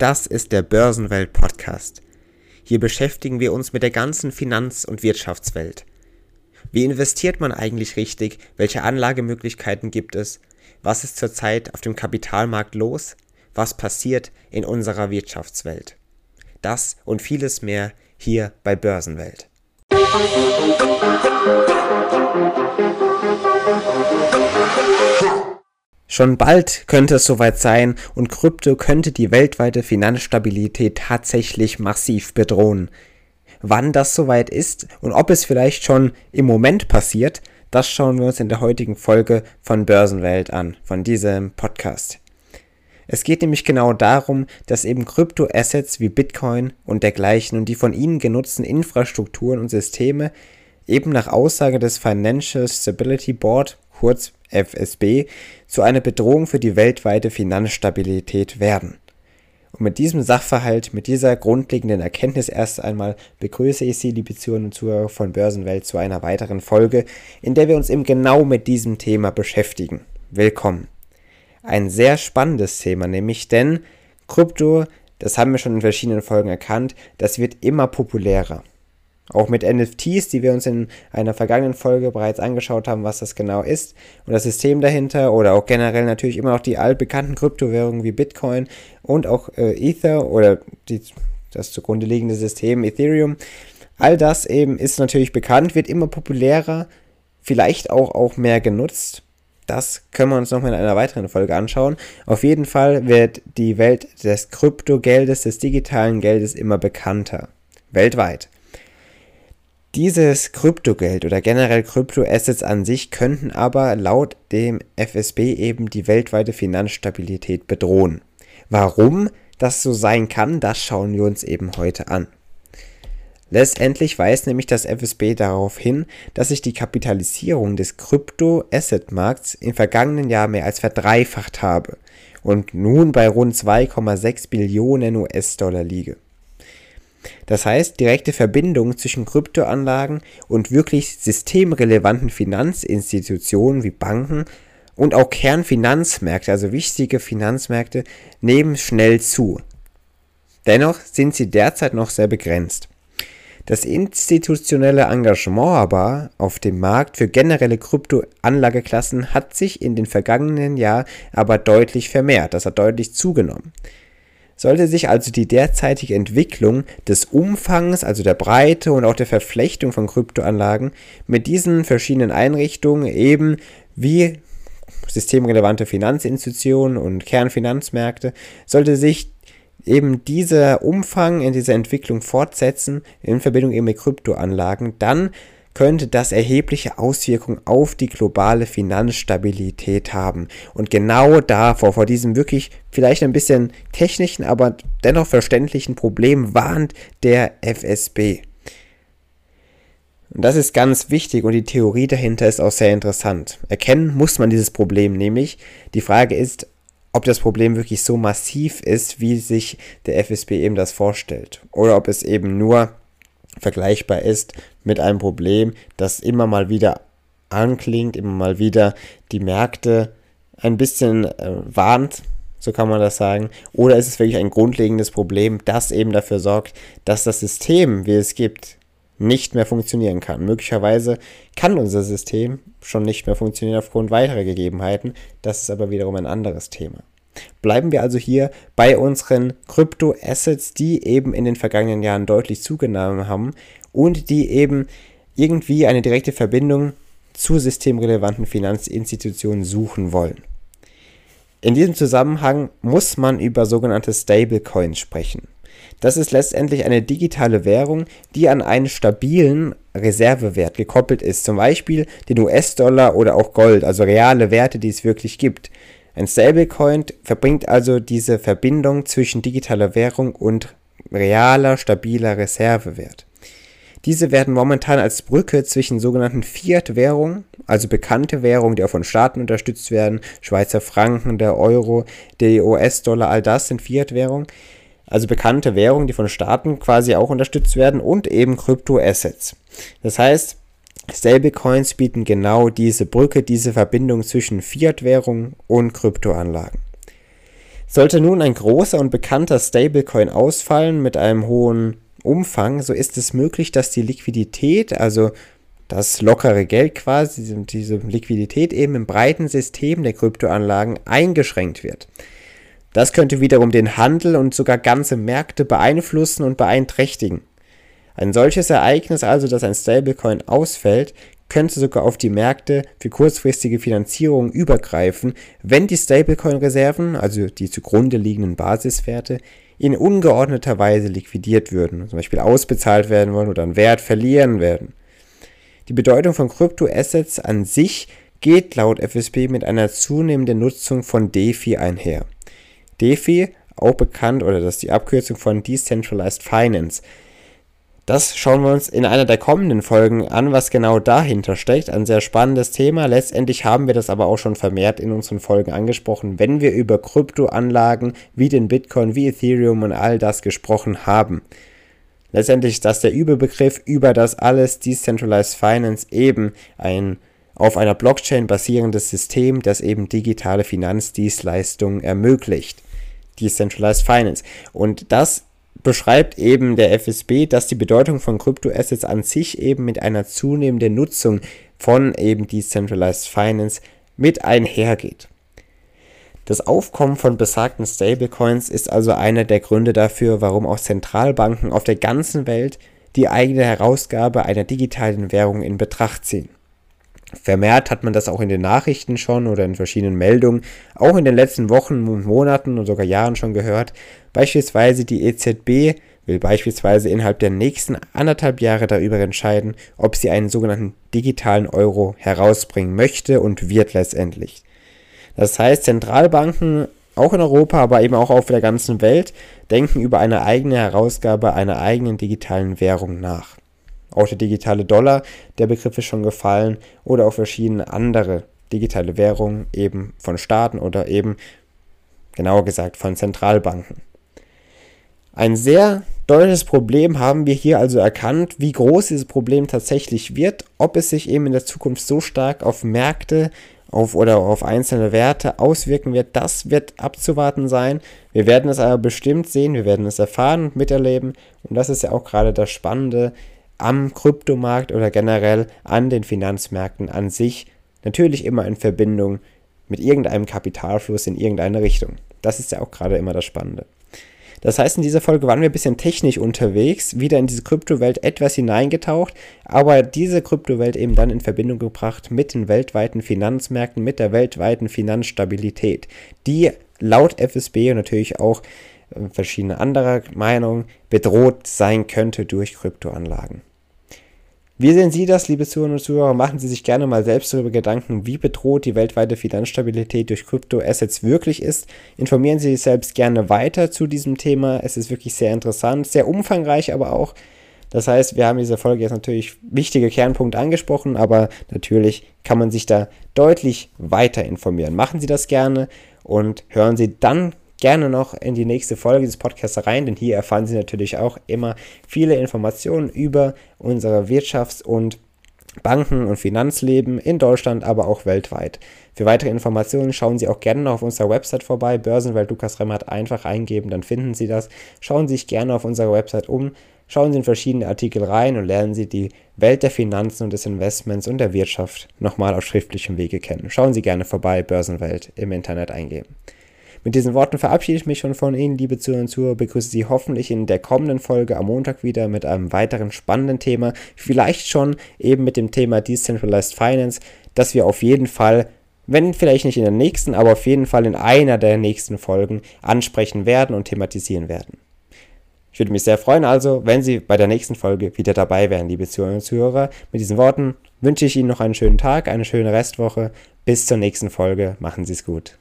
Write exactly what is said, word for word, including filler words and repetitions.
das ist der Börsenwelt-Podcast. Hier beschäftigen wir uns mit der ganzen Finanz- und Wirtschaftswelt. Wie investiert man eigentlich richtig? Welche Anlagemöglichkeiten gibt es? Was ist zurzeit auf dem Kapitalmarkt los? Was passiert in unserer Wirtschaftswelt? Das und vieles mehr hier bei Börsenwelt. Schon bald könnte es soweit sein und Krypto könnte die weltweite Finanzstabilität tatsächlich massiv bedrohen. Wann das soweit ist und ob es vielleicht schon im Moment passiert, das schauen wir uns in der heutigen Folge von Börsenwelt an, von diesem Podcast. Es geht nämlich genau darum, dass eben Kryptoassets wie Bitcoin und dergleichen und die von ihnen genutzten Infrastrukturen und Systeme eben nach Aussage des Financial Stability Board, kurz F S B, zu einer Bedrohung für die weltweite Finanzstabilität werden. Und mit diesem Sachverhalt, mit dieser grundlegenden Erkenntnis erst einmal begrüße ich Sie, liebe Zuhörer und Zuhörer von Börsenwelt, zu einer weiteren Folge, in der wir uns eben genau mit diesem Thema beschäftigen. Willkommen. Ein sehr spannendes Thema nämlich, denn Krypto, das haben wir schon in verschiedenen Folgen erkannt, das wird immer populärer. Auch mit N F Ts, die wir uns in einer vergangenen Folge bereits angeschaut haben, was das genau ist und das System dahinter, oder auch generell natürlich immer noch die altbekannten Kryptowährungen wie Bitcoin und auch äh, Ether oder die, das zugrunde liegende System Ethereum. All das eben ist natürlich bekannt, wird immer populärer, vielleicht auch, auch mehr genutzt. Das können wir uns nochmal in einer weiteren Folge anschauen. Auf jeden Fall wird die Welt des Kryptogeldes, des digitalen Geldes immer bekannter. Weltweit. Dieses Kryptogeld oder generell Kryptoassets an sich könnten aber laut dem F S B eben die weltweite Finanzstabilität bedrohen. Warum das so sein kann, das schauen wir uns eben heute an. Letztendlich weist nämlich das F S B darauf hin, dass sich die Kapitalisierung des Krypto-Asset-Markts im vergangenen Jahr mehr als verdreifacht habe und nun bei rund zwei Komma sechs Billionen U S-Dollar liege. Das heißt, direkte Verbindungen zwischen Kryptoanlagen und wirklich systemrelevanten Finanzinstitutionen wie Banken und auch Kernfinanzmärkte, also wichtige Finanzmärkte, nehmen schnell zu. Dennoch sind sie derzeit noch sehr begrenzt. Das institutionelle Engagement aber auf dem Markt für generelle Kryptoanlageklassen hat sich in den vergangenen Jahren aber deutlich vermehrt, das hat deutlich zugenommen. Sollte sich also die derzeitige Entwicklung des Umfangs, also der Breite und auch der Verflechtung von Kryptoanlagen mit diesen verschiedenen Einrichtungen eben wie systemrelevante Finanzinstitutionen und Kernfinanzmärkte, sollte sich eben dieser Umfang in dieser Entwicklung fortsetzen in Verbindung eben mit Kryptoanlagen, dann könnte das erhebliche Auswirkungen auf die globale Finanzstabilität haben. Und genau davor, vor diesem wirklich vielleicht ein bisschen technischen, aber dennoch verständlichen Problem warnt der F S B. Und das ist ganz wichtig und die Theorie dahinter ist auch sehr interessant. Erkennen muss man dieses Problem nämlich. Die Frage ist, ob das Problem wirklich so massiv ist, wie sich der F S B eben das vorstellt. Oder ob es eben nur vergleichbar ist mit einem Problem, das immer mal wieder anklingt, immer mal wieder die Märkte ein bisschen äh, warnt, so kann man das sagen. Oder ist es wirklich ein grundlegendes Problem, das eben dafür sorgt, dass das System, wie es gibt, nicht mehr funktionieren kann. Möglicherweise kann unser System schon nicht mehr funktionieren aufgrund weiterer Gegebenheiten. Das ist aber wiederum ein anderes Thema. Bleiben wir also hier bei unseren Kryptoassets, die eben in den vergangenen Jahren deutlich zugenommen haben und die eben irgendwie eine direkte Verbindung zu systemrelevanten Finanzinstitutionen suchen wollen. In diesem Zusammenhang muss man über sogenannte Stablecoins sprechen. Das ist letztendlich eine digitale Währung, die an einen stabilen Reservewert gekoppelt ist, zum Beispiel den U S-Dollar oder auch Gold, also reale Werte, die es wirklich gibt. Ein Stablecoin verbringt also diese Verbindung zwischen digitaler Währung und realer, stabiler Reservewert. Diese werden momentan als Brücke zwischen sogenannten Fiat-Währungen, also bekannte Währungen, die auch von Staaten unterstützt werden, Schweizer Franken, der Euro, der U S-Dollar, all das sind Fiat-Währungen, also bekannte Währungen, die von Staaten quasi auch unterstützt werden, und eben Kryptoassets. Das heißt, Stablecoins bieten genau diese Brücke, diese Verbindung zwischen Fiat-Währungen und Kryptoanlagen. Sollte nun ein großer und bekannter Stablecoin ausfallen mit einem hohen Umfang, so ist es möglich, dass die Liquidität, also das lockere Geld quasi, diese Liquidität eben im breiten System der Kryptoanlagen eingeschränkt wird. Das könnte wiederum den Handel und sogar ganze Märkte beeinflussen und beeinträchtigen. Ein solches Ereignis also, dass ein Stablecoin ausfällt, könnte sogar auf die Märkte für kurzfristige Finanzierung übergreifen, wenn die Stablecoin-Reserven, also die zugrunde liegenden Basiswerte, in ungeordneter Weise liquidiert würden, zum Beispiel ausbezahlt werden wollen oder an Wert verlieren werden. Die Bedeutung von Kryptoassets an sich geht laut F S B mit einer zunehmenden Nutzung von DeFi einher. DeFi, auch bekannt, oder das ist die Abkürzung von Decentralized Finance. Das schauen wir uns in einer der kommenden Folgen an, was genau dahinter steckt. Ein sehr spannendes Thema. Letztendlich haben wir das aber auch schon vermehrt in unseren Folgen angesprochen, wenn wir über Kryptoanlagen wie den Bitcoin, wie Ethereum und all das gesprochen haben. Letztendlich ist das der Überbegriff über das alles Decentralized Finance, eben ein auf einer Blockchain basierendes System, das eben digitale Finanzdienstleistungen ermöglicht. Decentralized Finance. Und das beschreibt eben der F S B, dass die Bedeutung von Kryptoassets an sich eben mit einer zunehmenden Nutzung von eben Decentralized Finance mit einhergeht. Das Aufkommen von besagten Stablecoins ist also einer der Gründe dafür, warum auch Zentralbanken auf der ganzen Welt die eigene Herausgabe einer digitalen Währung in Betracht ziehen. Vermehrt hat man das auch in den Nachrichten schon oder in verschiedenen Meldungen, auch in den letzten Wochen und Monaten und sogar Jahren schon gehört. Beispielsweise die E Z B will beispielsweise innerhalb der nächsten anderthalb Jahre darüber entscheiden, ob sie einen sogenannten digitalen Euro herausbringen möchte und wird letztendlich. Das heißt, Zentralbanken, auch in Europa, aber eben auch auf der ganzen Welt, denken über eine eigene Herausgabe einer eigenen digitalen Währung nach. Auch der digitale Dollar, der Begriff ist schon gefallen, oder auch verschiedene andere digitale Währungen eben von Staaten oder eben, genauer gesagt, von Zentralbanken. Ein sehr deutliches Problem haben wir hier also erkannt, wie groß dieses Problem tatsächlich wird, ob es sich eben in der Zukunft so stark auf Märkte auf oder auf einzelne Werte auswirken wird, das wird abzuwarten sein. Wir werden es aber bestimmt sehen, wir werden es erfahren und miterleben, und das ist ja auch gerade das Spannende am Kryptomarkt oder generell an den Finanzmärkten an sich, natürlich immer in Verbindung mit irgendeinem Kapitalfluss in irgendeine Richtung. Das ist ja auch gerade immer das Spannende. Das heißt, in dieser Folge waren wir ein bisschen technisch unterwegs, wieder in diese Kryptowelt etwas hineingetaucht, aber diese Kryptowelt eben dann in Verbindung gebracht mit den weltweiten Finanzmärkten, mit der weltweiten Finanzstabilität, die laut F S B und natürlich auch äh, verschiedene andere Meinungen bedroht sein könnte durch Kryptoanlagen. Wie sehen Sie das, liebe Zuhörer und Zuhörer? Machen Sie sich gerne mal selbst darüber Gedanken, wie bedroht die weltweite Finanzstabilität durch Kryptoassets wirklich ist. Informieren Sie sich selbst gerne weiter zu diesem Thema. Es ist wirklich sehr interessant, sehr umfangreich aber auch. Das heißt, wir haben in dieser Folge jetzt natürlich wichtige Kernpunkte angesprochen, aber natürlich kann man sich da deutlich weiter informieren. Machen Sie das gerne und hören Sie dann gerne noch in die nächste Folge dieses Podcasts rein, denn hier erfahren Sie natürlich auch immer viele Informationen über unser Wirtschafts- und Banken- und Finanzleben in Deutschland, aber auch weltweit. Für weitere Informationen schauen Sie auch gerne noch auf unserer Website vorbei, Börsenwelt Lukas Remmert, einfach eingeben, dann finden Sie das. Schauen Sie sich gerne auf unserer Website um, schauen Sie in verschiedene Artikel rein und lernen Sie die Welt der Finanzen und des Investments und der Wirtschaft nochmal auf schriftlichem Wege kennen. Schauen Sie gerne vorbei, Börsenwelt im Internet eingeben. Mit diesen Worten verabschiede ich mich schon von Ihnen, liebe Zuhörer und Zuhörer, begrüße Sie hoffentlich in der kommenden Folge am Montag wieder mit einem weiteren spannenden Thema, vielleicht schon eben mit dem Thema Decentralized Finance, das wir auf jeden Fall, wenn vielleicht nicht in der nächsten, aber auf jeden Fall in einer der nächsten Folgen ansprechen werden und thematisieren werden. Ich würde mich sehr freuen also, wenn Sie bei der nächsten Folge wieder dabei wären, liebe Zuhörer und Zuhörer. Mit diesen Worten wünsche ich Ihnen noch einen schönen Tag, eine schöne Restwoche. Bis zur nächsten Folge. Machen Sie es gut.